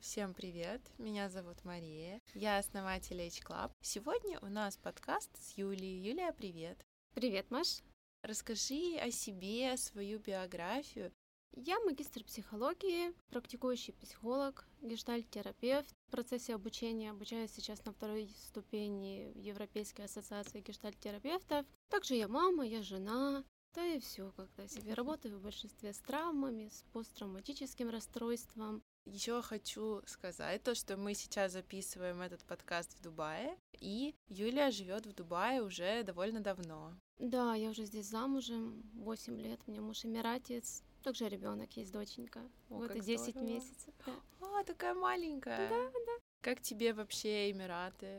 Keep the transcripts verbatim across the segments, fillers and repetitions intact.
Всем привет, меня зовут Мария, я основатель H Club. Сегодня у нас подкаст с Юлией. Юлия, привет. Привет, Маш. Расскажи о себе, свою биографию. Я магистр психологии, практикующий психолог, гештальт-терапевт. В процессе обучения обучаюсь сейчас на второй ступени Европейской ассоциации гештальт-терапевтов. Также я мама, я жена. Да и все, когда себе работаю в большинстве с травмами, с посттравматическим расстройством. Еще хочу сказать то, что мы сейчас записываем этот подкаст в Дубае, и Юлия живет в Дубае уже довольно давно. Да, я уже здесь замужем, восемь лет, у меня муж эмиратец, также ребенок есть, доченька. О, вот как и десять здорово. месяцев. Да. О, такая маленькая. Да, да. Как тебе вообще Эмираты?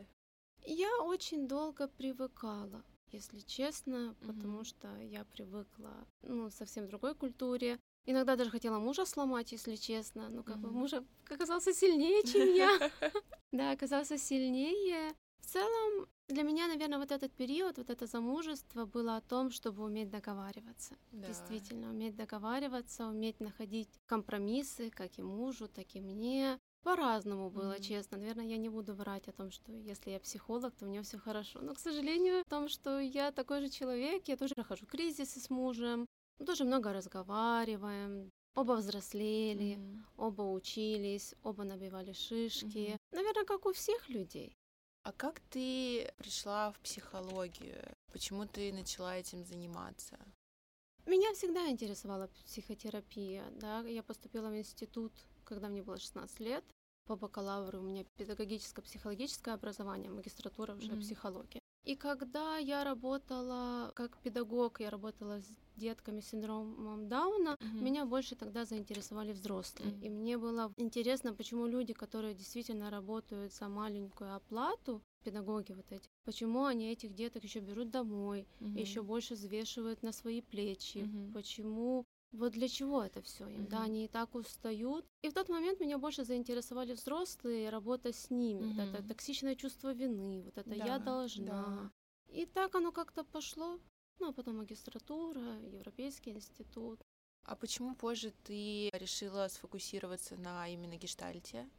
Я очень долго привыкала, если честно, потому Мгм. что я привыкла, ну, совсем другой культуре. Иногда даже хотела мужа сломать, если честно, но как бы Мгм. муж оказался сильнее, чем я. Да, оказался сильнее. В целом, для меня, наверное, вот этот период, вот это замужество было о том, чтобы уметь договариваться. Да. Действительно, уметь договариваться, уметь находить компромиссы, как и мужу, так и мне. По-разному было, Мгм. честно. Наверное, я не буду врать о том, что если я психолог, то у меня все хорошо. Но, к сожалению, в том, что я такой же человек, я тоже прохожу кризисы с мужем, мы тоже много разговариваем, оба взрослели, Мгм. оба учились, оба набивали шишки. Мгм. Наверное, как у всех людей. А как ты пришла в психологию? Почему ты начала этим заниматься? Меня всегда интересовала психотерапия, да. Я поступила в институт, когда мне было шестнадцать лет. По бакалавру у меня педагогическо-психологическое образование, магистратура уже Мгм. психология. И когда я работала как педагог, я работала с детками с синдромом Дауна, Мгм. меня больше тогда заинтересовали взрослые. Мгм. И мне было интересно, почему люди, которые действительно работают за маленькую оплату, педагоги вот эти, почему они этих деток еще берут домой, Мгм. еще больше взвешивают на свои плечи, Мгм. почему вот для чего это все им, да, Мгм. они и так устают. И в тот момент меня больше заинтересовали взрослые, работа с ними, вот это Мгм. токсичное чувство вины, вот это я Да, должна. да. И так оно как-то пошло. Ну, а потом магистратура, Европейский институт. А почему позже ты решила сфокусироваться на именно гештальте?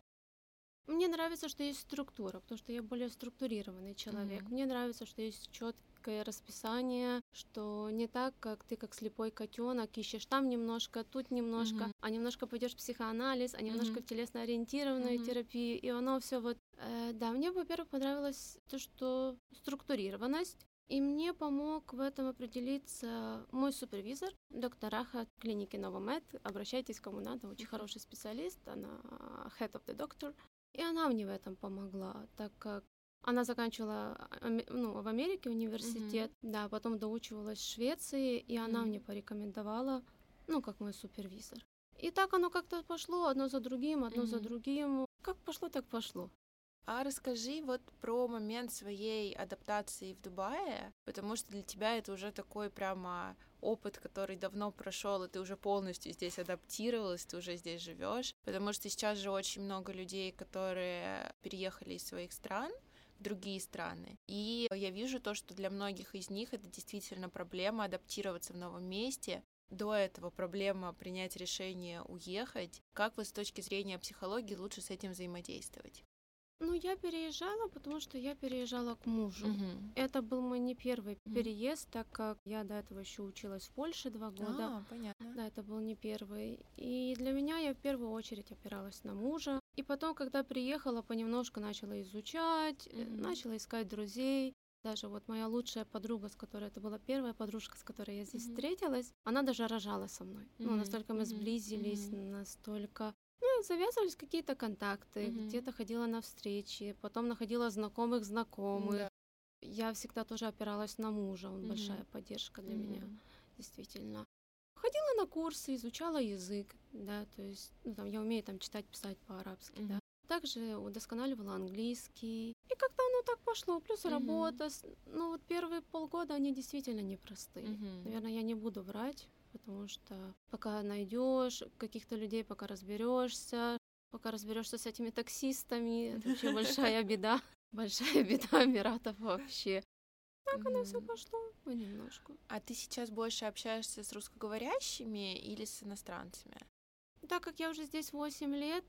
Мне нравится, что есть структура, потому что я более структурированный человек. Мгм. Мне нравится, что есть четкое расписание, что не так, как ты как слепой котенок ищешь там немножко, тут немножко, Мгм. а немножко пойдешь в психоанализ, а немножко Мгм. в телесно-ориентированную Мгм. терапию, и оно все вот. Э, да, мне, во-первых, понравилось то, что структурированность. И мне помог в этом определиться мой супервизор, доктор Раха клиники Новомед. Обращайтесь, кому надо, очень Мгм. хороший специалист, она head of the doctor. И она мне в этом помогла, так как она заканчивала аме- ну, в Америке университет, да, потом доучивалась в Швеции, и она Мгм. мне порекомендовала, ну, как мой супервизор. И так оно как-то пошло, одно за другим, одно за Мгм. другим. Как пошло, так пошло. А расскажи вот про момент своей адаптации в Дубае, потому что для тебя это уже такой прямо опыт, который давно прошел, и ты уже полностью здесь адаптировалась, ты уже здесь живешь. Потому что сейчас же очень много людей, которые переехали из своих стран в другие страны. И я вижу то, что для многих из них это действительно проблема адаптироваться в новом месте. До этого проблема принять решение уехать. Как вот с точки зрения психологии лучше с этим взаимодействовать? Ну, я переезжала, потому что я переезжала к мужу. Мгм. Это был мой не первый Мгм. переезд, так как я до этого еще училась в Польше два года. А, понятно. Да, это был не первый. И для меня я в первую очередь опиралась на мужа. И потом, когда приехала, понемножку начала изучать, э, Мгм. начала искать друзей. Даже вот моя лучшая подруга, с которой это была первая подружка, с которой я здесь Мгм. встретилась, она даже рожала со мной. Ну, Мгм. настолько мы Мгм. сблизились, Мгм. настолько... Ну, завязывались какие-то контакты, Мгм. где-то ходила на встречи, потом находила знакомых знакомых. Да. Я всегда тоже опиралась на мужа, он Мгм. большая поддержка для меня, Мгм. действительно. Ходила на курсы, изучала язык, да, то есть, ну, там, я умею там читать, писать по-арабски, да. Мгм. Также удосконаливала английский. И как-то оно так пошло. Плюс Мгм. работа. с- Ну, вот первые полгода они действительно непростые. Мгм. Наверное, я не буду врать, потому что пока найдешь каких-то людей, пока разберешься, пока разберешься с этими таксистами, это вообще большая беда. Большая беда Эмиратов вообще. Так оно все Мгм. пошло понемножку. А ты сейчас больше общаешься с русскоговорящими или с иностранцами? Так как я уже здесь восемь лет,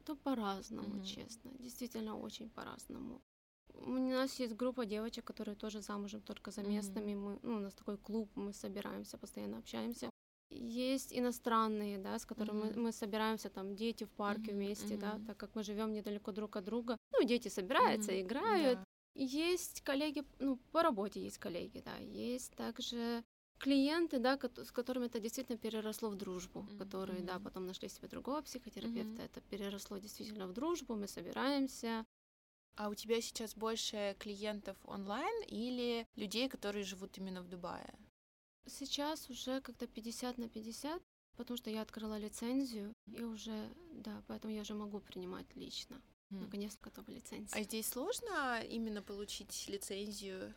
Это по-разному, Мгм. честно. Действительно, очень по-разному. У нас есть группа девочек, которые тоже замужем только за Мгм. местными. Мы, ну, у нас такой клуб, мы собираемся, постоянно общаемся. Есть иностранные, да, с которыми мы, Мгм. мы собираемся, там, дети в парке Мгм. вместе, да, Мгм. так как мы живем недалеко друг от друга. Ну, дети собираются, Мгм. играют. Да. Есть коллеги, ну, по работе есть коллеги, да. Есть также клиенты, да, кото- с которыми это действительно переросло в дружбу, Мгм. которые, да, Мгм. потом нашли себе другого психотерапевта. Мгм. Это переросло действительно в дружбу, мы собираемся. А у тебя сейчас больше клиентов онлайн или людей, которые живут именно в Дубае? Сейчас уже как-то пятьдесят на пятьдесят, потому что я открыла лицензию, и уже, да, поэтому я уже могу принимать лично. М. Наконец-то готова А лицензия. здесь сложно именно получить лицензию?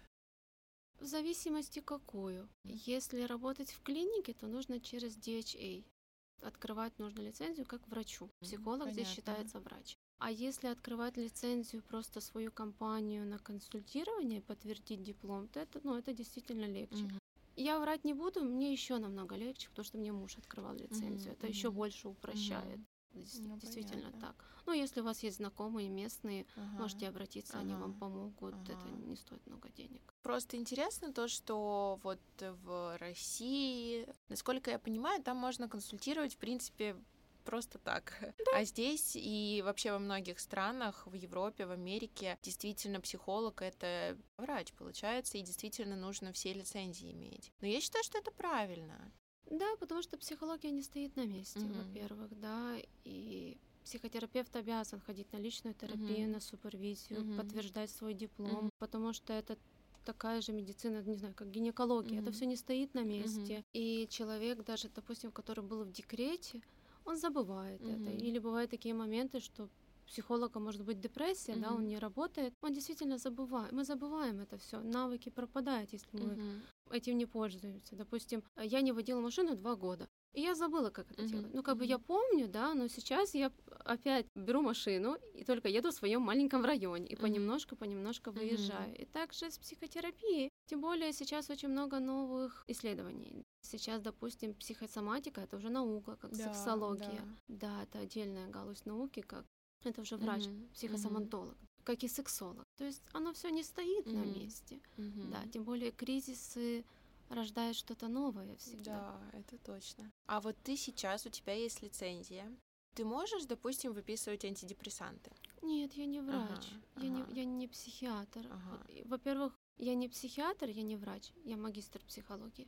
В зависимости какую. Мгм. Если работать в клинике, то нужно через ди эйч эй. Открывать нужно лицензию как врачу. Мгм. Психолог здесь Понятно. считается врач. А если открывать лицензию просто свою компанию на консультирование, подтвердить диплом, то это, ну, это действительно легче. Мгм. Я врать не буду, мне еще намного легче, потому что мне муж открывал лицензию. Мгм. Это еще Мгм. больше упрощает. Мгм. Дес- Ну, Действительно понятно. так. Ну, если у вас есть знакомые местные, Ага. можете обратиться, они вам Ага. помогут. Это Ага. не стоит много денег. Просто интересно то, что вот в России, насколько я понимаю, там можно консультировать, в принципе, просто так. А здесь и вообще во многих странах, в Европе, в Америке, действительно психолог — это врач, получается, и действительно нужно все лицензии иметь. Но я считаю, что это правильно. Да, потому что психология не стоит на месте, Мгм. во-первых, да, и психотерапевт обязан ходить на личную терапию, Мгм. на супервизию, Мгм. подтверждать свой диплом, Мгм. потому что это такая же медицина, не знаю, как гинекология. Это Мгм. все не стоит на Мгм. месте. И человек, даже, допустим, который был в декрете, он забывает это. Мгм. Или бывают такие моменты, что у психолога может быть депрессия, да, он Мгм. не работает, он действительно забывает. Мы забываем это все. Навыки пропадают, если мы Мгм. этим не пользуемся. Допустим, э, я не водила машину два года, и я забыла, как это Мгм. делать. Ну, как бы я Мгм. помню, да, но сейчас я опять беру машину и только еду в своем маленьком районе и Мгм. понемножку, понемножку Мгм. выезжаю. И также с психотерапией. Тем более сейчас очень много новых исследований. Сейчас, допустим, психосоматика — это уже наука, как Да, сексология. да. Да, это отдельная галузь науки, как это уже врач, Мгм. Мгм. психосоматолог, как и сексолог. То есть оно все не стоит на Мгм. месте. Мгм. Да, тем более кризисы рождают что-то новое всегда. Да, это точно. А вот ты сейчас, у тебя есть лицензия. Ты можешь, допустим, выписывать антидепрессанты? Нет, я не Ага, врач, я не, ага, я не психиатр. Вот, ага. и, Во-первых, я не психиатр, я не врач, я магистр психологии.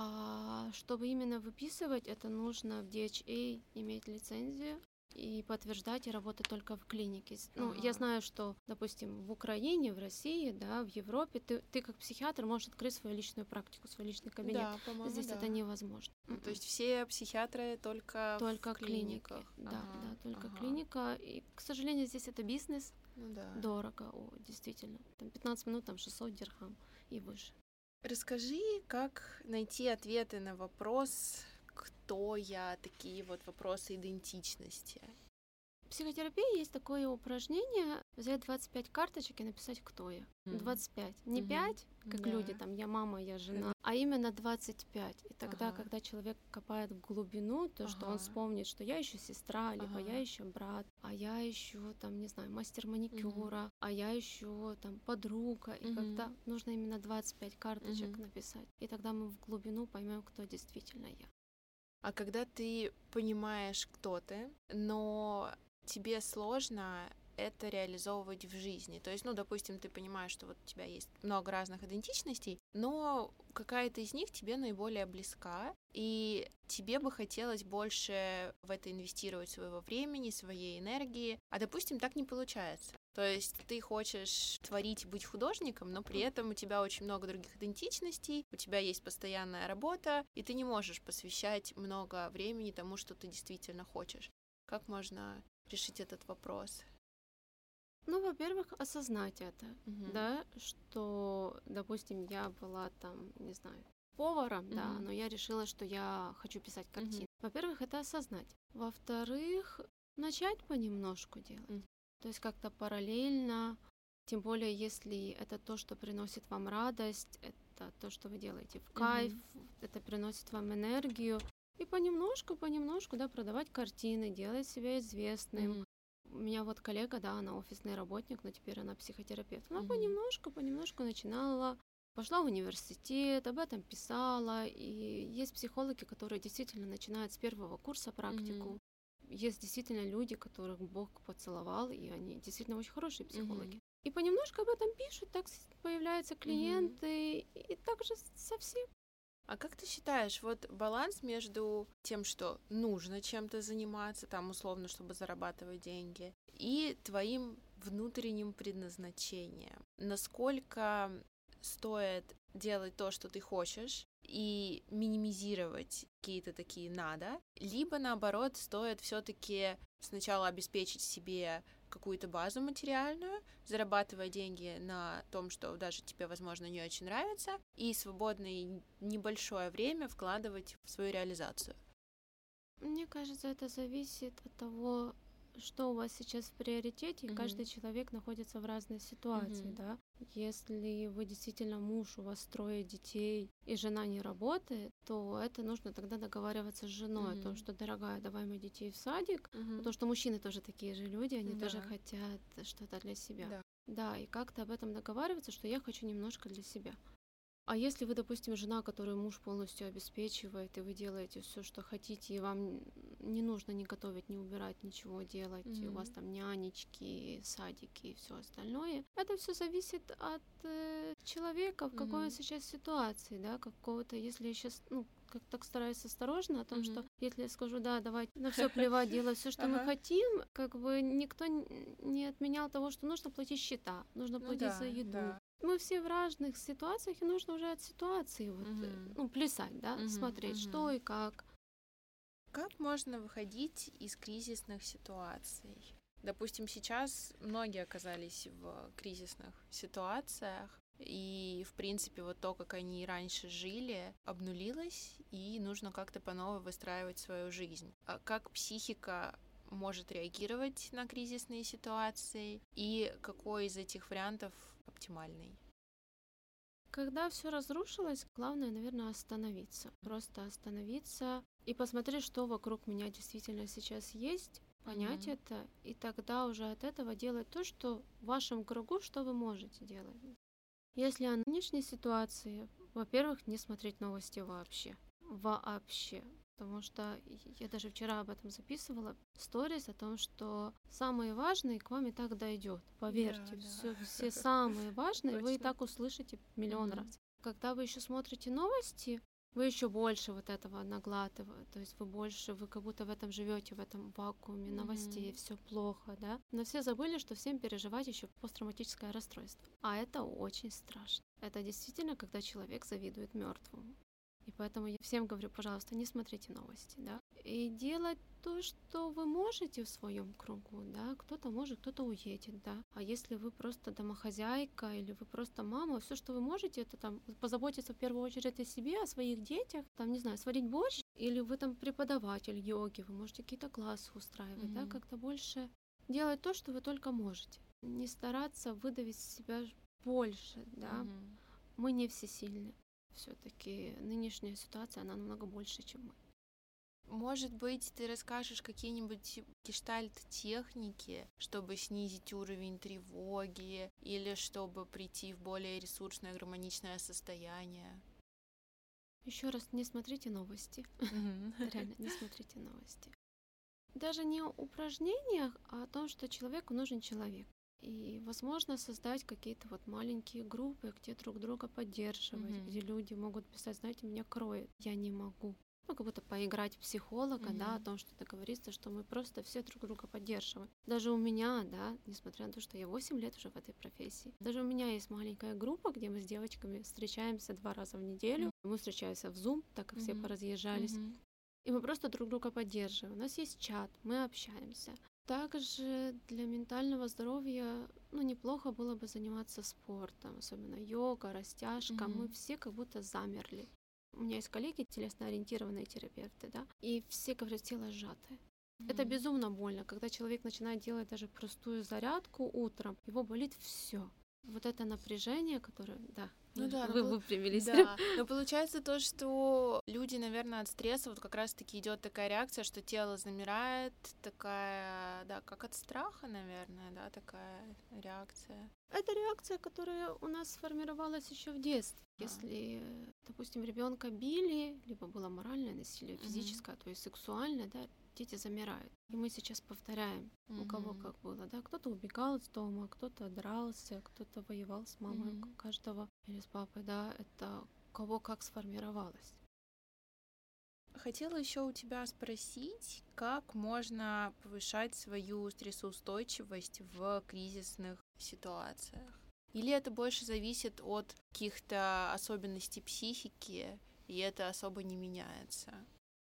А чтобы именно выписывать, это нужно в ди эйч эй иметь лицензию и подтверждать и работать только в клинике. С- Ну, я Ага. знаю, что, допустим, в Украине, в России, да, в Европе ты, ты как психиатр можешь открыть свою личную практику, свой личный кабинет. Да, по-моему, Здесь да. это невозможно. Ну, то М-м. есть все психиатры только в Только клиники, клиниках. да, Ага, да, только ага. клиника. И, к сожалению, здесь это бизнес, Ну да. дорого, о, действительно. Там пятнадцать минут, там шестьсот дирхам и выше. Расскажи, как найти ответы на вопрос, кто я, такие вот вопросы идентичности. В психотерапии есть такое упражнение: взять двадцать пять карточек и написать, кто я. М. двадцать пять. Не Мгм. пять, как Да. люди, там, я мама, я жена, а именно двадцать пять. И тогда, Ага. когда человек копает в глубину, то что он Ага. вспомнит, что я еще сестра, либо Ага. я еще брат, а я еще там, не знаю, мастер маникюра, а я еще там подруга. И Мгм. когда нужно именно двадцать пять карточек Мгм. написать, и тогда мы в глубину поймем, кто действительно я. А когда ты понимаешь, кто ты, но тебе сложно это реализовывать в жизни. То есть, ну, допустим, ты понимаешь, что вот у тебя есть много разных идентичностей, но какая-то из них тебе наиболее близка, и тебе бы хотелось больше в это инвестировать своего времени, своей энергии, а, допустим, так не получается. То есть ты хочешь творить, быть художником, но при этом у тебя очень много других идентичностей, у тебя есть постоянная работа, и ты не можешь посвящать много времени тому, что ты действительно хочешь. Как можно решить этот вопрос? Ну, во-первых, осознать это, Мгм. да, что, допустим, я была там, не знаю, поваром, да, Мгм. но я решила, что я хочу писать Мгм. картины. Во-первых, это осознать. Во-вторых, начать понемножку делать. Мгм. То есть как-то параллельно, тем более, если это то, что приносит вам радость, это то, что вы делаете в кайф, это приносит вам энергию. И понемножку, понемножку, да, продавать картины, делать себя известным, Мгм. У меня вот коллега, да, она офисный работник, но теперь она психотерапевт. Она Мгм. понемножку, понемножку начинала, пошла в университет, об этом писала. И есть психологи, которые действительно начинают с первого курса практику. Мгм. Есть действительно люди, которых Бог поцеловал, и они действительно очень хорошие психологи. Мгм. И понемножку об этом пишут, так с- появляются Мгм. клиенты, и так же со всем. А как ты считаешь, вот баланс между тем, что нужно чем-то заниматься, там условно, чтобы зарабатывать деньги, и твоим внутренним предназначением? Насколько стоит делать то, что ты хочешь, и минимизировать какие-то такие надо, либо наоборот стоит все-таки сначала обеспечить себе какую-то базу материальную, зарабатывая деньги на том, что даже тебе, возможно, не очень нравится, и свободное небольшое время вкладывать в свою реализацию. Мне кажется, это зависит от того, что у вас сейчас в приоритете, и каждый Мгм. человек находится в разной ситуации, Мгм. да. Если вы действительно муж, у вас трое детей, и жена не работает, то это нужно тогда договариваться с женой о том, Мгм. что, дорогая, давай мы детей в садик, Мгм. потому что мужчины тоже такие же люди, они тоже Да. хотят что-то для себя. Да. Да, и как-то об этом договариваться, что я хочу немножко для себя. А если вы, допустим, жена, которую муж полностью обеспечивает, и вы делаете все, что хотите, и вам не нужно ни готовить, ни убирать, ничего делать, и у вас Мгм. там нянечки, садики и все остальное, это все зависит от э, человека, в какой он Мгм. сейчас ситуации, да, какого-то, если я сейчас, ну, как так стараюсь осторожно о том, что Мгм. если я скажу, да, давайте на все плевать, делать все, что мы Ага. хотим, как бы никто н- не отменял того, что нужно платить счета, нужно Ну платить за да, еду, да. мы все в разных ситуациях, и нужно уже от ситуации вот, э, Мгм. ну, плясать, да, Мгм. смотреть, что Мгм. и как. Как можно выходить из кризисных ситуаций? Допустим, сейчас многие оказались в кризисных ситуациях, и, в принципе, вот то, как они раньше жили, обнулилось, и нужно как-то по новой выстраивать свою жизнь. А как психика может реагировать на кризисные ситуации, и какой из этих вариантов оптимальный? Когда все разрушилось, главное, наверное, остановиться. Просто остановиться и посмотреть, что вокруг меня действительно сейчас есть, понять Мгм. это, и тогда уже от этого делать то, что в вашем кругу, что вы можете делать. Если о нынешней ситуации, во-первых, не смотреть новости вообще. Вообще. Потому что я даже вчера об этом записывала сторис о том, что самые важные к вам и так дойдет. Да, Поверьте, все, да, все самые важные вы и точно. так услышите миллион Мгм. раз. Когда вы еще смотрите новости, вы еще больше вот этого наглатываете, то есть вы больше, вы как будто в этом живете, в этом вакууме новостей, Мгм. все плохо, да. Но все забыли, что всем переживать еще посттравматическое расстройство. А это очень страшно. Это действительно, когда человек завидует мертвому. И поэтому я всем говорю, пожалуйста, не смотрите новости, да. И делать то, что вы можете в своем кругу, да. Кто-то может, кто-то уедет, да. А если вы просто домохозяйка или вы просто мама, все, что вы можете, это там позаботиться в первую очередь о себе, о своих детях, там, не знаю, сварить борщ, или вы там преподаватель йоги, вы можете какие-то классы устраивать, да, Мгм. как-то больше делать то, что вы только можете. Не стараться выдавить из себя больше, да. Мгм. Мы не всесильны. Все-таки нынешняя ситуация, она намного больше, чем мы. Может быть, ты расскажешь какие-нибудь гештальт-техники, чтобы снизить уровень тревоги или чтобы прийти в более ресурсное, гармоничное состояние? Еще раз, не смотрите новости. Мгм. Реально, не смотрите новости. Даже не о упражнениях, а о том, что человеку нужен человек. И, возможно, создать какие-то вот маленькие группы, где друг друга поддерживать, Мгм. где люди могут писать, знаете, меня кроет, я не могу. Ну, как будто поиграть в психолога, да, о Мгм. том, что договориться, что мы просто все друг друга поддерживаем. Даже у меня, да, несмотря на то, что я восемь лет уже в этой профессии, даже у меня есть маленькая группа, где мы с девочками встречаемся два раза в неделю. Мы встречаемся в Zoom, так как все Мгм. поразъезжались. Мгм. И мы просто друг друга поддерживаем. У нас есть чат, мы общаемся. Также для ментального здоровья, ну, неплохо было бы заниматься спортом, особенно йога, растяжка. Мы Мгм. все как будто замерли. У меня есть коллеги, телесно-ориентированные терапевты, да, и все говорят, тело сжатое. Это Мгм. безумно больно, когда человек начинает делать даже простую зарядку утром, его болит все. Вот это напряжение, которое, да, Ну да, вы ну, пол- выпрямились. да. Но получается то, что люди, наверное, от стресса вот как раз-таки идет такая реакция, что тело замирает, такая, да, как от страха, наверное, да, такая реакция. Это реакция, которая у нас сформировалась еще в детстве. А. Если, допустим, ребенка били, либо было моральное насилие, Мгм. физическое, то есть сексуальное, да, дети замирают. И мы сейчас повторяем, у кого Мгм. как было, да. Кто-то убегал из дома, кто-то дрался, кто-то воевал с мамой, Мгм. у каждого или с папой, да. Это у кого как сформировалось. Хотела еще у тебя спросить, как можно повышать свою стрессоустойчивость в кризисных ситуациях? Или это больше зависит от каких-то особенностей психики, и это особо не меняется?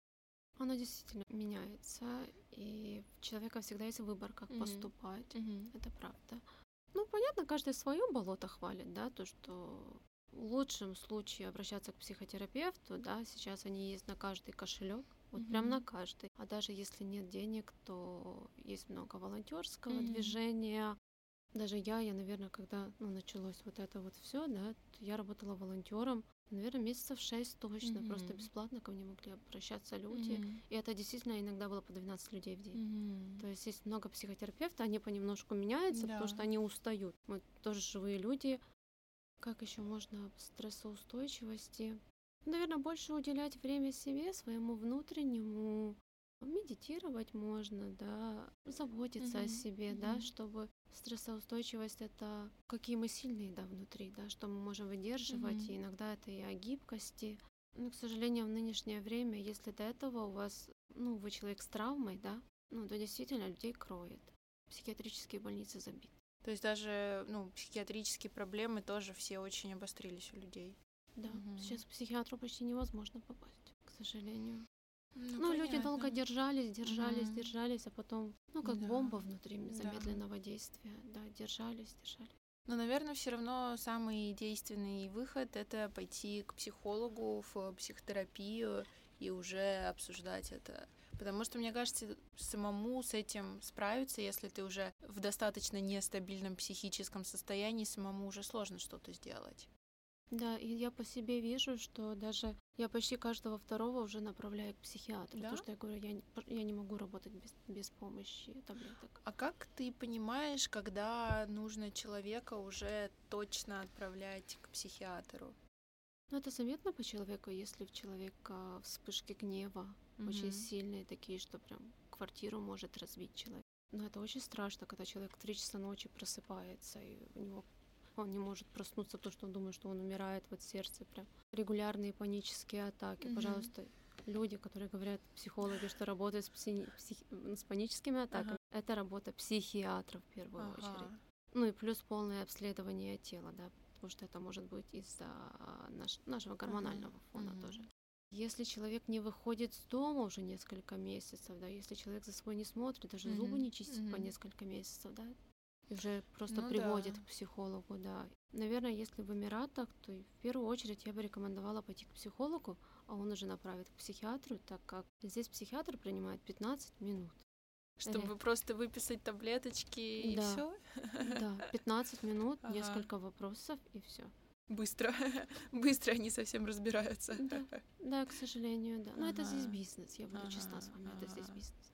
Оно действительно меняется, и у человека всегда есть выбор, как Мгм. поступать. Мгм. Это правда. Ну, понятно, каждый свое болото хвалит, да, то, что в лучшем случае обращаться к психотерапевту, да, сейчас они есть на каждый кошелек, вот прям на Мгм. каждый. А даже если нет денег, то есть много волонтерского Мгм. движения. Даже я, я, наверное, когда ну, началось вот это вот все, да, то я работала волонтером, наверное, месяцев шесть точно, просто Мгм. бесплатно ко мне могли обращаться люди. Мгм. И это действительно иногда было по двенадцать людей в день. Мгм. То есть есть много психотерапевтов, они понемножку меняются, потому Да. что они устают. Мы тоже живые люди. Как еще можно об стрессоустойчивости? Наверное, больше уделять время себе, своему внутреннему. Медитировать можно, да, заботиться о Мгм. себе, да, Мгм. чтобы стрессоустойчивость это какие мы сильные, да, внутри, да, что мы можем выдерживать, Мгм. и иногда это и о гибкости. Но, к сожалению, в нынешнее время, если до этого у вас, ну, вы человек с травмой, да, ну, то действительно людей кроет. Психиатрические больницы забиты. То есть даже, ну, психиатрические проблемы тоже все очень обострились у людей. Да, Мгм. сейчас к психиатру почти невозможно попасть, к сожалению. Ну, Ну, люди долго понятно. держались, держались, Мгм. держались, а потом, ну, как Да. бомба внутри Да. замедленного действия, да, держались, держались. Но, наверное, все равно самый действенный выход — это пойти к психологу в психотерапию и уже обсуждать это. Потому что, мне кажется, самому с этим справиться, если ты уже в достаточно нестабильном психическом состоянии, самому уже сложно что-то сделать. Да, и я по себе вижу, что даже я почти каждого второго уже направляю к психиатру, Да? потому что я говорю, я не, я не могу работать без, без помощи таблеток. А как ты понимаешь, когда нужно человека уже точно отправлять к психиатру? Но это заметно по человеку, если в человека вспышки гнева очень Мгм. сильные, такие, что прям квартиру может разбить человек. Но это очень страшно, когда человек в три часа ночи просыпается, и у него он не может проснуться, потому что он думает, что он умирает, вот сердце прям. Регулярные панические атаки. Мгм. Пожалуйста, люди, которые говорят, психологи, что работают с, пси- психи- с паническими атаками, Ага. это работа психиатра в первую Ага. очередь. Ну и плюс полное обследование тела, да, потому что это может быть из-за наш- нашего гормонального Ага. фона Мгм. тоже. Если человек не выходит с дома уже несколько месяцев, да, если человек за собой не смотрит, даже зубы Мгм. не чистит по Мгм. несколько месяцев, да, и уже просто Ну приводит да. к психологу, да. Наверное, если в Эмиратах, то в первую очередь я бы рекомендовала пойти к психологу, а он уже направит к психиатру, так как здесь психиатр принимает пятнадцать минут. Чтобы просто выписать таблеточки и Да, все? да, пятнадцать минут, Ага. несколько вопросов и все. Быстро. Быстро они совсем разбираются. Да, да, к сожалению, да. Но это здесь Ага. бизнес, я буду честна с Ага. вами, это здесь Ага. бизнес.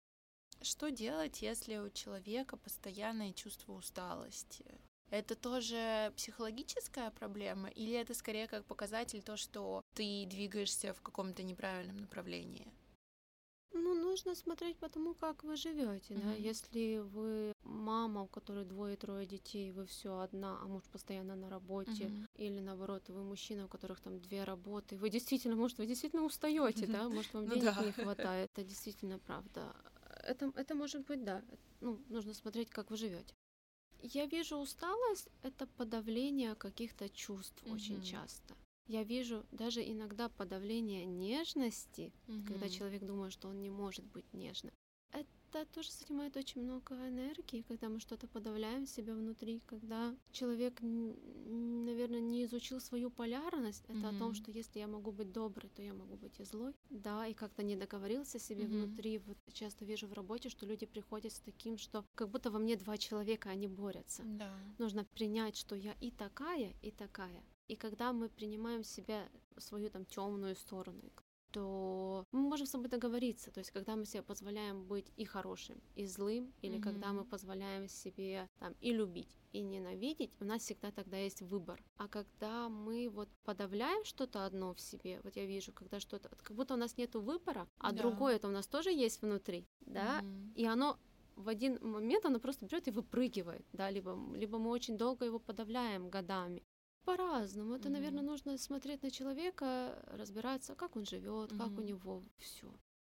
Что делать, если у человека постоянное чувство усталости? Это тоже психологическая проблема, или это скорее как показатель то, что ты двигаешься в каком-то неправильном направлении? Ну, нужно смотреть по тому, как вы живете, да. Мгм. Если вы мама, у которой двое-трое детей, вы все одна, а муж постоянно на работе, Мгм. или наоборот, вы мужчина, у которых там две работы, вы действительно, может, вы действительно устаете, да, может, вам Ну денег да. не хватает, это действительно правда. Это, это может быть, да, ну, нужно смотреть, как вы живете. Я вижу усталость, это подавление каких-то чувств очень Мгм. часто. Я вижу даже иногда подавление нежности, когда Мгм. человек думает, что он не может быть нежным. Это тоже занимает очень много энергии, когда мы что-то подавляем в себе внутри, когда человек, наверное, не изучил свою полярность. Это о том, Мгм. что если я могу быть доброй, то я могу быть и злой. Да, и как-то не договорился себе Мгм. внутри. Вот часто вижу в работе, что люди приходят с таким, что как будто во мне два человека, они борются. Да. Нужно принять, что я и такая, и такая. И когда мы принимаем в себя свою там темную сторону, то мы можем с собой договориться. То есть, когда мы себе позволяем быть и хорошим, и злым, или mm-hmm. когда мы позволяем себе там и любить, и ненавидеть, у нас всегда тогда есть выбор. А когда мы вот подавляем что-то одно в себе, вот я вижу, когда что-то, как будто у нас нету выбора, а да. другое это у нас тоже есть внутри, да, mm-hmm. и оно в один момент оно просто берет и выпрыгивает, да, либо, либо мы очень долго его подавляем годами. По-разному. Это, mm-hmm. наверное, нужно смотреть на человека, разбираться, как он живет, mm-hmm. как у него все.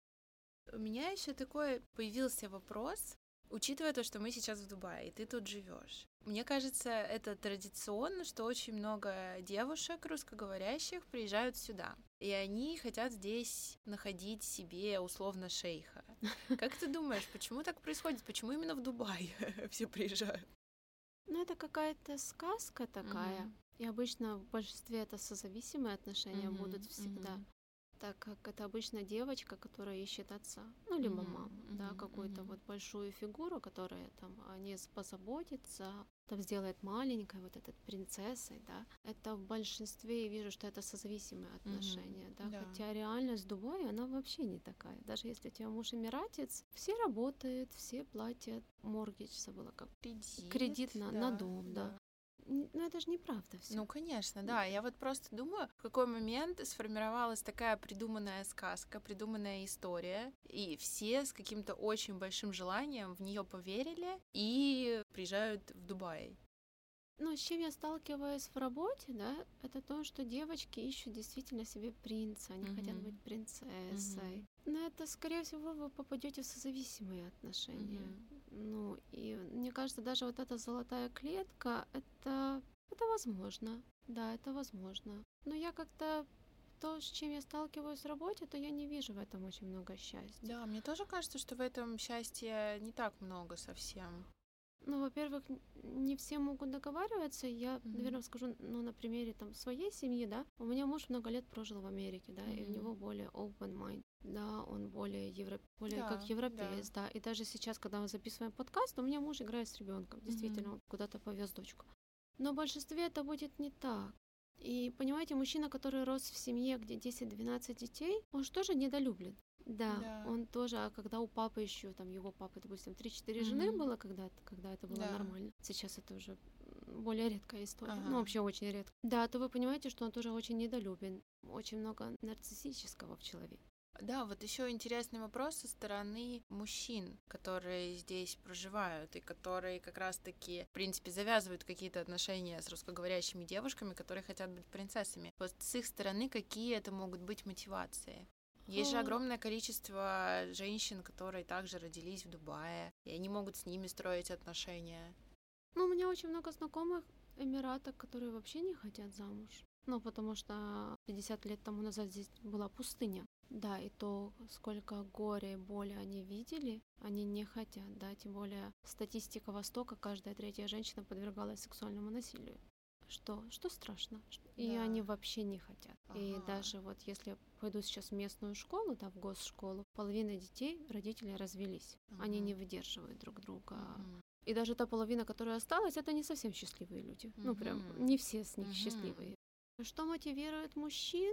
У меня еще такой появился вопрос, учитывая то, что мы сейчас в Дубае, и ты тут живешь. Мне кажется, это традиционно, что очень много девушек русскоговорящих приезжают сюда, и они хотят здесь находить себе условно шейха. Как ты думаешь, почему так происходит? Почему именно в Дубае все приезжают? Ну, это какая-то сказка такая. Mm-hmm. И обычно в большинстве это созависимые отношения mm-hmm. будут всегда. Mm-hmm. Так как это обычно девочка, которая ищет отца, ну, либо mm-hmm. маму, mm-hmm. да, какую-то mm-hmm. вот большую фигуру, которая там о ней позаботится, там сделает маленькой, вот этой принцессой, да. Это в большинстве, я вижу, что это созависимые отношения, mm-hmm. да? Да. Хотя реальность в Дубае, она вообще не такая. Даже если у тебя муж эмиратец, все работают, все платят моргидж, забыла как. Кредит. Кредит на, да, на дом, да. да. Ну, это же неправда все. Ну, конечно, да. Я вот просто думаю, в какой момент сформировалась такая придуманная сказка, придуманная история, и все с каким-то очень большим желанием в нее поверили и приезжают в Дубай. Ну, с чем я сталкиваюсь в работе, да, это то, что девочки ищут действительно себе принца, они mm-hmm. хотят быть принцессой. Mm-hmm. Но это, скорее всего, вы попадете в созависимые отношения. Mm-hmm. Ну, и мне кажется, даже вот эта золотая клетка, это, это возможно. Да, это возможно. Но я как-то то, с чем я сталкиваюсь в работе, то я не вижу в этом очень много счастья. Да, мне тоже кажется, что в этом счастья не так много совсем. Ну, во-первых, не все могут договариваться. Я, mm-hmm. наверное, скажу, ну, на примере там своей семьи, да. У меня муж много лет прожил в Америке, да, mm-hmm. и у него более open mind, да, он более, евро... более да, как европеец, да. да. И даже сейчас, когда мы записываем подкаст, у меня муж играет с ребенком, действительно, mm-hmm. он куда-то повез дочку. Но в большинстве это будет не так. И, понимаете, мужчина, который рос в семье, где десять-двенадцать детей, он же тоже недолюблен. Да, да, он тоже, а когда у папы еще, там, его папы, допустим, три-четыре mm-hmm. жены было когда-то, когда это было да. нормально. Сейчас это уже более редкая история, ага. ну, вообще очень редко. Да, то вы понимаете, что он тоже очень недолюбен, очень много нарциссического в человеке. Да, вот еще интересный вопрос со стороны мужчин, которые здесь проживают и которые как раз-таки, в принципе, завязывают какие-то отношения с русскоговорящими девушками, которые хотят быть принцессами. Вот с их стороны какие это могут быть мотивации? Есть же огромное количество женщин, которые также родились в Дубае, и они могут с ними строить отношения. Ну, у меня очень много знакомых эмираток, которые вообще не хотят замуж. Ну, потому что пятьдесят лет тому назад здесь была пустыня. Да, и то, сколько горя и боли они видели, они не хотят, да, тем более статистика Востока, каждая третья женщина подвергалась сексуальному насилию. Что? Что страшно? И да. они вообще не хотят. Ага. И даже вот если я пойду сейчас в местную школу, да, в госшколу, половина детей, родители развелись. Ага. Они не выдерживают друг друга. Ага. И даже та половина, которая осталась, это не совсем счастливые люди. Ага. Ну, прям не все с них ага. счастливые. Что мотивирует мужчин?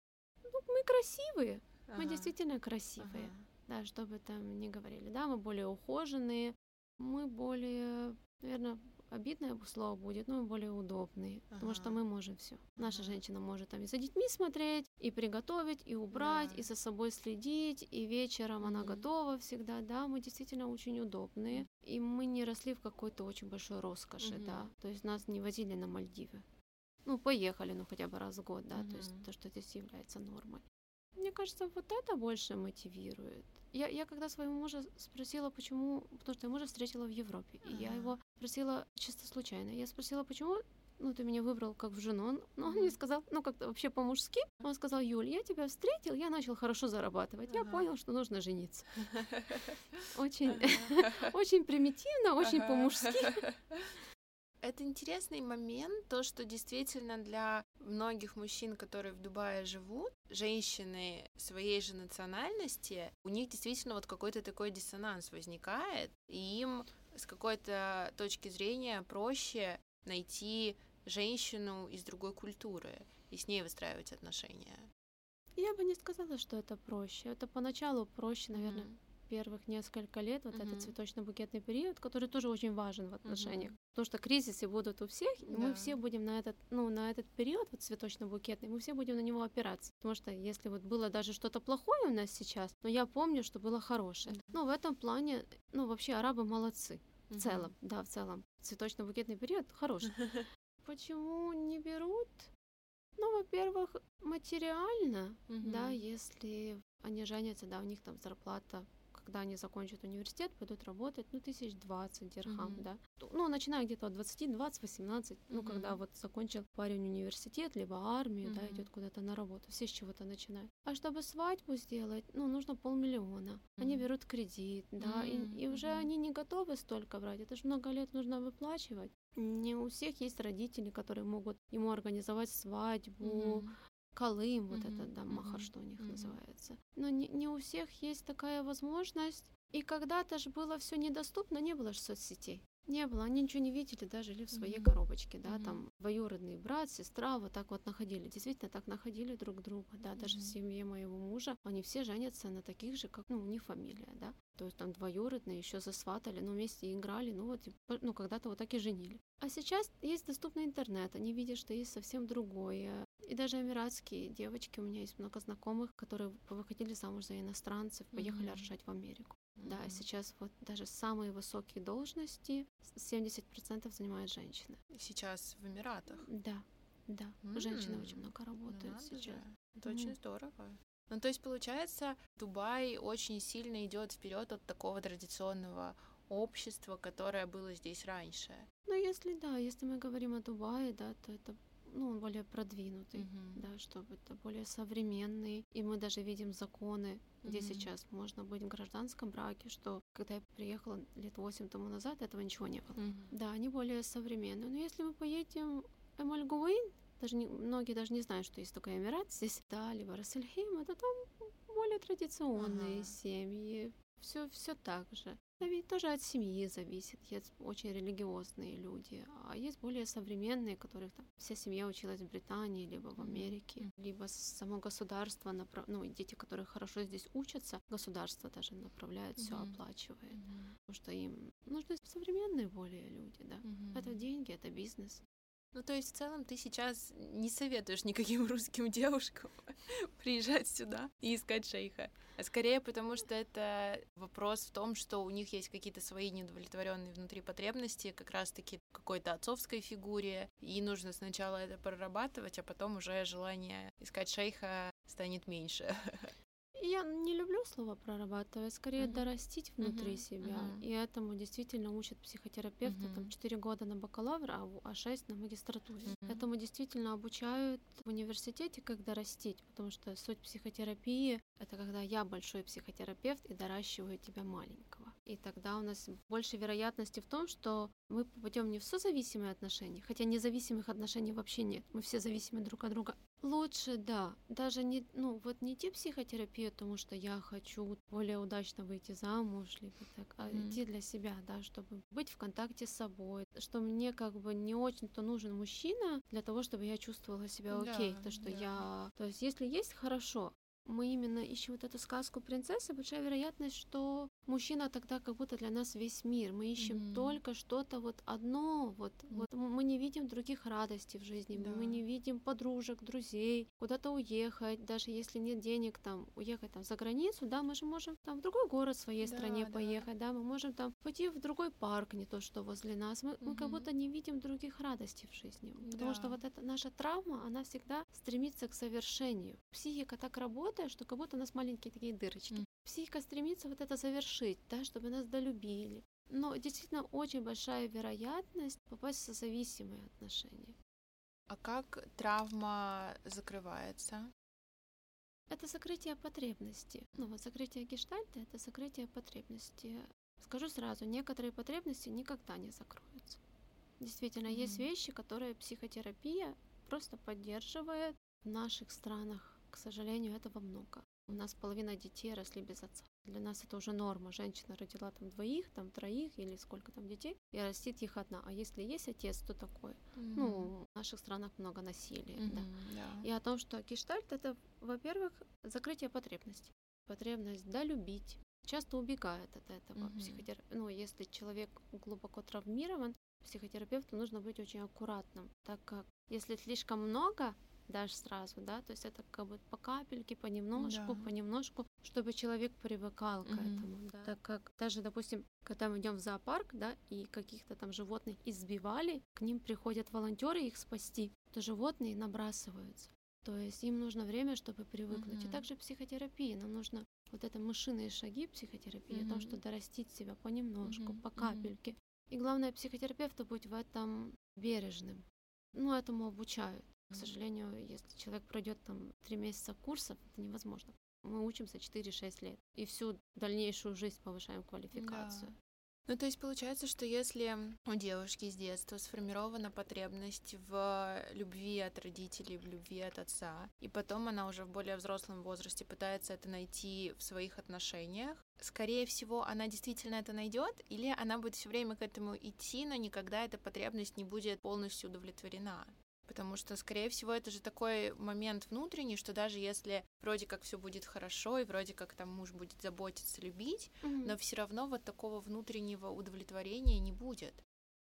Ну, мы красивые. Ага. Мы действительно красивые. Ага. Да, что бы там ни говорили. Да, мы более ухоженные, мы более, наверное, обидное слово будет, но более удобные, ага. потому что мы можем все. Наша ага. женщина может там и за детьми смотреть, и приготовить, и убрать, да. и за собой следить, и вечером mm-hmm. она готова всегда, да, мы действительно очень удобные, mm-hmm. и мы не росли в какой-то очень большой роскоши, mm-hmm. да, то есть нас не возили на Мальдивы. Ну, поехали, ну, хотя бы раз в год, да, mm-hmm. то есть то, что здесь является нормой. Мне кажется, вот это больше мотивирует. Я, я когда своего мужа спросила, почему, потому что я мужа встретила в Европе, uh-huh. и я его спросила чисто случайно. Я спросила, почему, ну, ты меня выбрал как в жену. Он, ну, он uh-huh. мне сказал, ну, как-то вообще по-мужски. Он сказал: Юль, я тебя встретил, я начал хорошо зарабатывать. Uh-huh. Я понял, что нужно жениться. Очень, очень примитивно, очень по-мужски. Это интересный момент, то, что действительно для многих мужчин, которые в Дубае живут, женщины своей же национальности, у них действительно вот какой-то такой диссонанс возникает, и им с какой-то точки зрения проще найти женщину из другой культуры и с ней выстраивать отношения? Я бы не сказала, что это проще. Это поначалу проще, наверное, Мгм. первых несколько лет, вот этот Мгм. цветочно-букетный период, который тоже очень важен в отношениях. Мгм. Потому что кризисы будут у всех, и мы Да. все будем на этот, ну, на этот период вот цветочно-букетный, мы все будем на него опираться. Потому что если вот было даже что-то плохое у нас сейчас, но я помню, что было хорошее. Да. Ну, в этом плане, ну, вообще арабы молодцы. В Мгм. целом, да, в целом. Цветочно-букетный период хороший. Почему не берут? Ну, во-первых, материально, да, Мгм. если они женятся, да, у них там зарплата, когда они закончат университет, пойдут работать, ну, тысяч двадцать дирхам, Мгм. да. Ту- Ну, начиная где-то от двадцати, двадцать, восемнадцать, ну, когда Мгм. вот закончил парень университет, либо армию, да, Мгм. идет куда-то на работу, все с чего-то начинают. А чтобы свадьбу сделать, ну, нужно полмиллиона. Они Мгм. берут кредит, да, и, М, и уже мгм. они не готовы столько брать, это же много лет нужно выплачивать. Не у всех есть родители, которые могут ему организовать свадьбу, Мгм. Колым, вот это, Мгм. да, махар, Мгм. что у них Мгм. называется. Но не, не у всех есть такая возможность. И когда-то же было все недоступно, не было же соцсетей. Не было, они ничего не видели, да, жили в своей Мгм. коробочке, да, Мгм. там двоюродный брат, сестра, вот так вот находили, действительно так находили друг друга, да, даже в Мгм. семье моего мужа, они все женятся на таких же, как, ну, у них фамилия, да, то есть там двоюродные еще засватали, ну, вместе играли, ну, вот, и по- ну, когда-то вот так и женили. А сейчас есть доступный интернет, они видят, что есть совсем другое. И даже эмиратские девочки, у меня есть много знакомых, которые выходили замуж за иностранцев, поехали Мгм. рожать в Америку. Да, Мгм. сейчас вот даже самые высокие должности семьдесят процентов занимают женщины. Сейчас в Эмиратах. Да, да. Женщины очень М, много Ну работают надо же. сейчас. Это очень Мгм. здорово. Ну, то есть, получается, Дубай очень сильно идет вперед от такого традиционного общества, которое было здесь раньше. Ну, если да, если мы говорим о Дубае, да, то это, ну, он более продвинутый, Мгм. да, чтобы это более современный. И мы даже видим законы, где Мгм. сейчас можно быть в гражданском браке, что когда я приехала лет восемь тому назад, этого ничего не было. Мгм. Да, они более современные. Но если мы поедем в Эмаль-Гуэйн, даже не, многие даже не знают, что есть такой Эмират здесь, да, либо Рассельхейм, это там более традиционные Ага. семьи, все, все так же. Это ведь тоже от семьи зависит. Есть очень религиозные люди, а есть более современные, которых там вся семья училась в Британии, либо в Мгм. Америке, Мгм. либо само государство, направ... ну, и дети, которые хорошо здесь учатся, государство даже направляет, все Мгм. оплачивает. Мгм. Потому что им нужны современные более люди, да. Мгм. Это деньги, это бизнес. Ну, то есть, в целом, ты сейчас не советуешь никаким русским девушкам приезжать сюда и искать шейха. А скорее потому, что это вопрос в том, что у них есть какие-то свои неудовлетворенные внутри потребности, как раз-таки в какой-то отцовской фигуре, и нужно сначала это прорабатывать, а потом уже желание искать шейха станет меньше. Я не люблю слово прорабатывать, скорее Мгм. дорастить внутри Мгм. себя. Мгм. И этому действительно учат психотерапевты, там Мгм. четыре года на бакалавра, а в- а шесть на магистратуре. Мгм. Этому действительно обучают в университете, как дорастить, потому что суть психотерапии — это когда я большой психотерапевт и доращиваю тебя маленького. И тогда у нас больше вероятности в том, что мы попадем не в созависимые отношения, хотя независимых отношений вообще нет, мы все зависимы друг от друга. Лучше, да, даже не, ну, вот не идти в психотерапию, потому что я хочу более удачно выйти замуж, либо так, а Мгм. идти для себя, да, чтобы быть в контакте с собой, что мне как бы не очень-то нужен мужчина для того, чтобы я чувствовала себя окей, Да, то, что да. я, то есть если есть, хорошо, мы именно ищем вот эту сказку принцессы, большая вероятность, что мужчина тогда как будто для нас весь мир. Мы ищем Мгм. только что-то вот одно, вот, М. вот м- мы не видим других радостей в жизни, Да. мы не видим подружек, друзей, куда-то уехать, даже если нет денег там уехать там за границу, да, мы же можем там в другой город в своей Да, стране да. поехать, да, мы можем там пойти в другой парк, не то что возле нас, мы, мы как Мгм. будто не видим других радостей в жизни, потому что Да. вот эта наша травма, она всегда стремится к совершению. Психика так работает, что как будто у нас маленькие такие дырочки. М. Психика стремится вот это завершить, да, чтобы нас долюбили. Но действительно очень большая вероятность попасть в созависимые отношения. А как травма закрывается? Это закрытие потребности. Ну вот закрытие гештальта — это закрытие потребности. Скажу сразу, некоторые потребности никогда не закроются. Действительно, есть Мгм. вещи, которые психотерапия просто поддерживает. В наших странах, к сожалению, этого много. У нас половина детей росли без отца. Для нас это уже норма. Женщина родила там двоих, там троих или сколько там детей, и растит их одна. А если есть отец, то такой. Mm-hmm. Ну, в наших странах много насилия. Mm-hmm, да. Yeah. И о том, что гештальт — это, во-первых, закрытие потребностей. Потребность долюбить. Часто убегает от этого mm-hmm. психотерапевт. Ну, если человек глубоко травмирован, психотерапевту нужно быть очень аккуратным, так как если слишком много дашь сразу, да, то есть это как бы по капельке, понемножку, да. понемножку, чтобы человек привыкал mm-hmm. к этому, да. Так как даже, допустим, когда мы идем в зоопарк, да, и каких-то там животных избивали, к ним приходят волонтеры их спасти, то животные набрасываются. То есть им нужно время, чтобы привыкнуть. Mm-hmm. И также психотерапия, нам нужно вот это мышиные шаги психотерапии, mm-hmm. о том, что дорастить себя понемножку, mm-hmm. по капельке. И главное, психотерапевту быть в этом бережным. Ну, этому обучают. К сожалению, если человек пройдет там три месяца курсов, это невозможно. Мы учимся четыре-шесть лет и всю дальнейшую жизнь повышаем квалификацию. Да. Ну, то есть получается, что если у девушки с детства сформирована потребность в любви от родителей, в любви от отца, и потом она уже в более взрослом возрасте пытается это найти в своих отношениях, скорее всего, она действительно это найдет, или она будет все время к этому идти, но никогда эта потребность не будет полностью удовлетворена. Потому что, скорее всего, это же такой момент внутренний, что даже если вроде как все будет хорошо, и вроде как там муж будет заботиться, любить, mm-hmm. но все равно вот такого внутреннего удовлетворения не будет.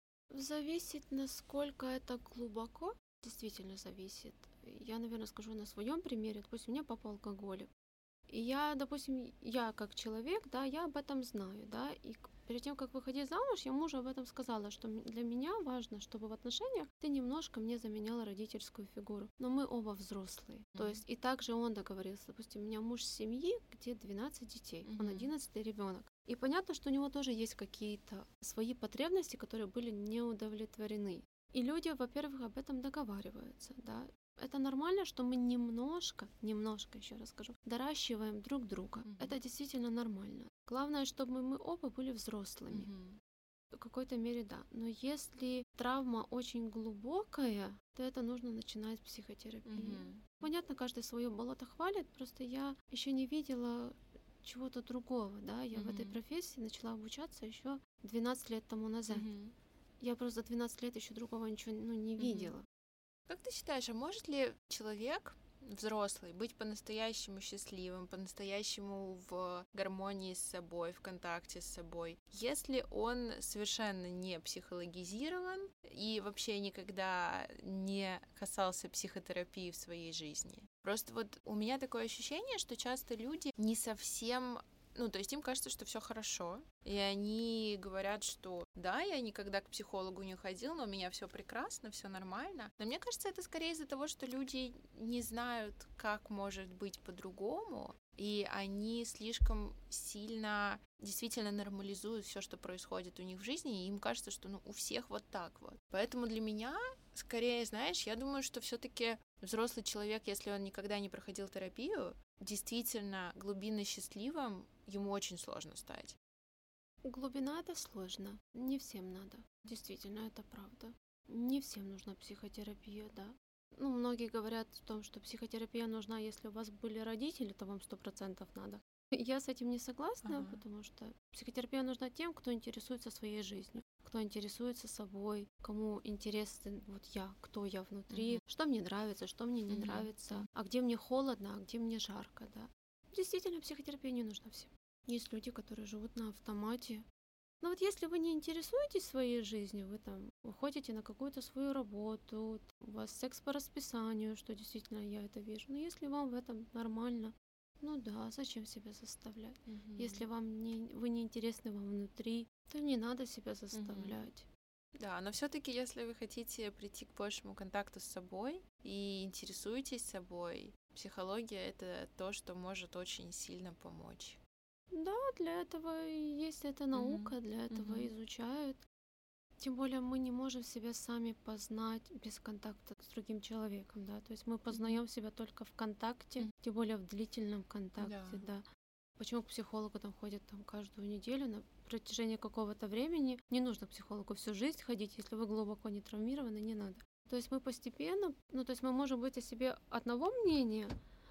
Зависит, насколько это глубоко, действительно зависит. Я, наверное, скажу на своем примере. Допустим, у меня папа алкоголик. И я, допустим, я как человек, да, я об этом знаю, да, и перед тем, как выходить замуж, я мужу об этом сказала, что для меня важно, чтобы в отношениях ты немножко мне заменяла родительскую фигуру. Но мы оба взрослые. Mm-hmm. То есть и также он договорился. Допустим, у меня муж семьи, где двенадцать детей, mm-hmm. он одиннадцатый ребенок. И понятно, что у него тоже есть какие-то свои потребности, которые были не удовлетворены. И люди, во-первых, об этом договариваются, да. Это нормально, что мы немножко, немножко, еще раз скажу, доращиваем друг друга. Mm-hmm. Это действительно нормально. Главное, чтобы мы оба были взрослыми. Mm-hmm. В какой-то мере, да. Но если травма очень глубокая, то это нужно начинать с психотерапии. Mm-hmm. Понятно, каждый свое болото хвалит, просто я еще не видела чего-то другого, да. Я mm-hmm. в этой профессии начала обучаться еще двенадцать лет тому назад. Mm-hmm. Я просто за двенадцать лет еще другого ничего ну, не mm-hmm. видела. Как ты считаешь, а может ли человек, взрослый, быть по-настоящему счастливым, по-настоящему в гармонии с собой, в контакте с собой, если он совершенно не психологизирован и вообще никогда не касался психотерапии в своей жизни? Просто вот у меня такое ощущение, что часто люди не совсем... Ну, то есть им кажется, что все хорошо, и они говорят, что да, я никогда к психологу не ходил, но у меня все прекрасно, все нормально. Но мне кажется, это скорее из-за того, что люди не знают, как может быть по-другому, и они слишком сильно действительно нормализуют все, что происходит у них в жизни, и им кажется, что ну, у всех вот так вот. Поэтому для меня, скорее, знаешь, я думаю, что все-таки взрослый человек, если он никогда не проходил терапию, действительно глубинно счастливым ему очень сложно стать. Глубина — это сложно. Не всем надо. Действительно, это правда. Не всем нужна психотерапия, да. Ну, многие говорят о том, что психотерапия нужна, если у вас были родители, то вам сто процентов надо. Я с этим не согласна, ага. потому что психотерапия нужна тем, кто интересуется своей жизнью, кто интересуется собой, кому интересен вот я, кто я внутри, uh-huh. что мне нравится, что мне не uh-huh. нравится, а где мне холодно, а где мне жарко, да. Действительно, психотерапия не нужна всем. Есть люди, которые живут на автомате. Но вот если вы не интересуетесь своей жизнью, вы там уходите на какую-то свою работу, у вас секс по расписанию, что действительно я это вижу, но если вам в этом нормально, ну да, зачем себя заставлять? Mm-hmm. Если вам не, вы не интересны вам внутри, то не надо себя заставлять. Mm-hmm. Да, но все-таки, если вы хотите прийти к большему контакту с собой и интересуетесь собой, психология — это то, что может очень сильно помочь. Да, для этого есть эта наука, mm-hmm. для этого mm-hmm. изучают. Тем более мы не можем себя сами познать без контакта с другим человеком, да. То есть мы познаем себя только в контакте, mm-hmm. тем более в длительном контакте, yeah. да. Почему к психологу там ходят там каждую неделю на протяжении какого-то времени? Не нужно к психологу всю жизнь ходить, если вы глубоко не травмированы, не надо. То есть мы постепенно, ну то есть мы можем быть о себе одного мнения,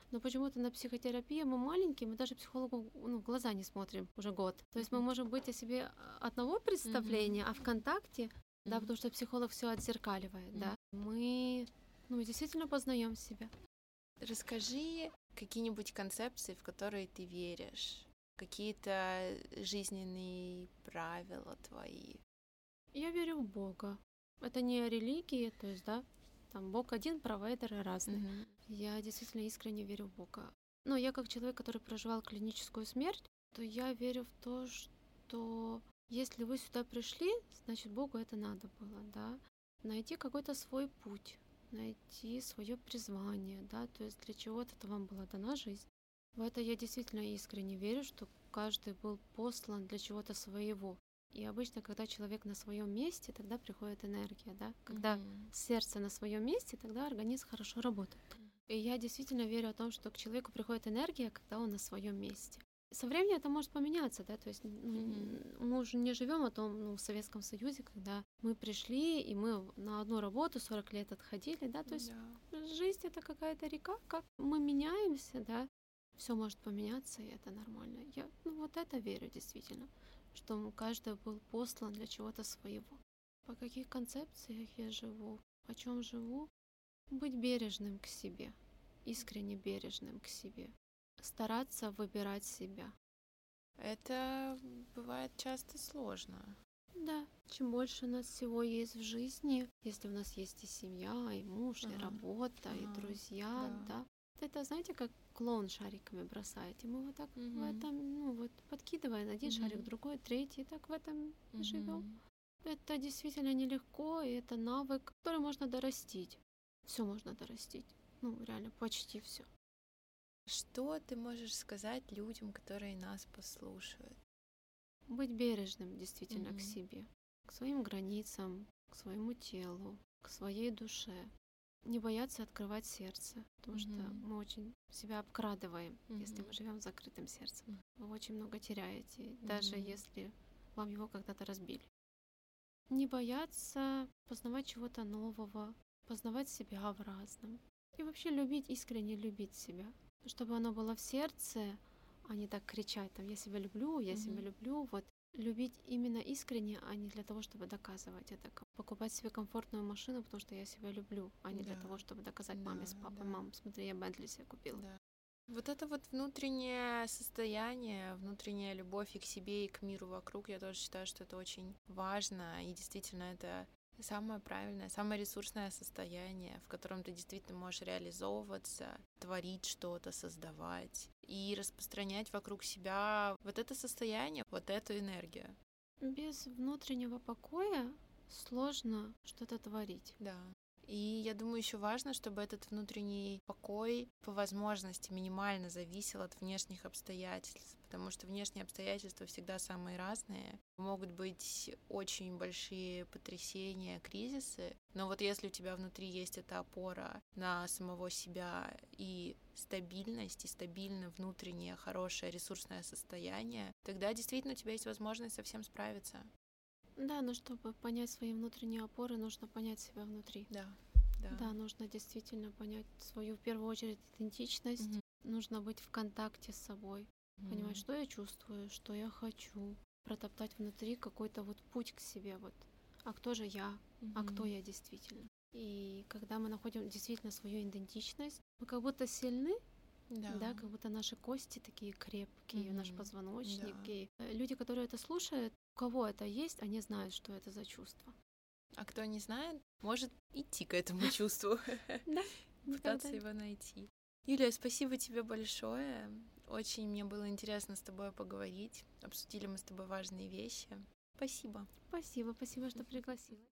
Но почему-то на психотерапии мы маленькие, мы даже психологу ну, в глаза не смотрим уже год. То есть мы можем быть о себе одного представления, mm-hmm. а в контакте, mm-hmm. да, потому что психолог все отзеркаливает, mm-hmm. да, мы ну, действительно познаем себя. Расскажи какие-нибудь концепции, в которые ты веришь, какие-то жизненные правила твои. Я верю в Бога. Это не религия, то есть, да, там Бог один, провайдеры разные. Mm-hmm. Я действительно искренне верю в Бога. Но я как человек, который проживал клиническую смерть, то я верю в то, что если вы сюда пришли, значит, Богу это надо было, да, найти какой-то свой путь, найти свое призвание, да, то есть для чего-то вам была дана жизнь. В это я действительно искренне верю, что каждый был послан для чего-то своего. И обычно, когда человек на своем месте, тогда приходит энергия, да. Когда mm-hmm. сердце на своем месте, тогда организм хорошо работает. Mm-hmm. И я действительно верю о том, что к человеку приходит энергия, когда он на своем месте. Со временем это может поменяться, да, то есть ну, mm-hmm. мы уже не живем о том, ну, в Советском Союзе, когда мы пришли и мы на одну работу сорок лет отходили, да, то есть yeah. жизнь это какая-то река, как мы меняемся, да, все может поменяться, и это нормально. Я ну, вот это верю действительно, что каждый был послан для чего-то своего. По каких концепциях я живу, о чем живу? Быть бережным к себе, искренне бережным к себе. Стараться выбирать себя. Это бывает часто сложно. Да, чем больше у нас всего есть в жизни, если у нас есть и семья, и муж, ага. и работа, ага. и друзья, да. да. Это, знаете, как клоун шариками бросает, и мы вот так угу. в этом, ну вот, подкидываем один угу. шарик, другой, третий, и так в этом угу. живем. Это действительно нелегко, и это навык, который можно дорастить. Все можно дорастить. Ну, реально, почти все. Что ты можешь сказать людям, которые нас послушают? Быть бережным действительно mm-hmm. к себе, к своим границам, к своему телу, к своей душе. Не бояться открывать сердце, потому mm-hmm. что мы очень себя обкрадываем, mm-hmm. если мы живем с закрытым сердцем. Mm-hmm. Вы очень много теряете, mm-hmm. даже если вам его когда-то разбили. Не бояться познавать чего-то нового, познавать себя в разном. И вообще любить, искренне любить себя. Чтобы оно было в сердце, а не так кричать, там, я себя люблю, я mm-hmm. себя люблю, вот, любить именно искренне, а не для того, чтобы доказывать это, покупать себе комфортную машину, потому что я себя люблю, а не да. для того, чтобы доказать да, маме с папой, да. мам, смотри, я Бентли себе купила. Да. Вот это вот внутреннее состояние, внутренняя любовь и к себе, и к миру вокруг, я тоже считаю, что это очень важно, и действительно это самое правильное, самое ресурсное состояние, в котором ты действительно можешь реализовываться, творить что-то, создавать и распространять вокруг себя вот это состояние, вот эту энергию. Без внутреннего покоя сложно что-то творить. Да. И я думаю, еще важно, чтобы этот внутренний покой по возможности минимально зависел от внешних обстоятельств, потому что внешние обстоятельства всегда самые разные. Могут быть очень большие потрясения, кризисы, но вот если у тебя внутри есть эта опора на самого себя и стабильность, и стабильное внутреннее хорошее ресурсное состояние, тогда действительно у тебя есть возможность со всем справиться. Да, но чтобы понять свои внутренние опоры, нужно понять себя внутри. Да, да. Да, нужно действительно понять свою, в первую очередь, идентичность. Mm-hmm. Нужно быть в контакте с собой, mm-hmm. понимать, что я чувствую, что я хочу, протоптать внутри какой-то вот путь к себе. Вот. А кто же я? Mm-hmm. А кто я действительно? И когда мы находим действительно свою идентичность, мы как будто сильны, да. да, как будто наши кости такие крепкие, mm-hmm. наш позвоночник. Да. И люди, которые это слушают, у кого это есть, они знают, что это за чувство. А кто не знает, может идти к этому чувству, пытаться его найти. Юлия, спасибо тебе большое. Очень мне было интересно с тобой поговорить. Обсудили мы с тобой важные вещи. Спасибо. Спасибо, спасибо, что пригласила.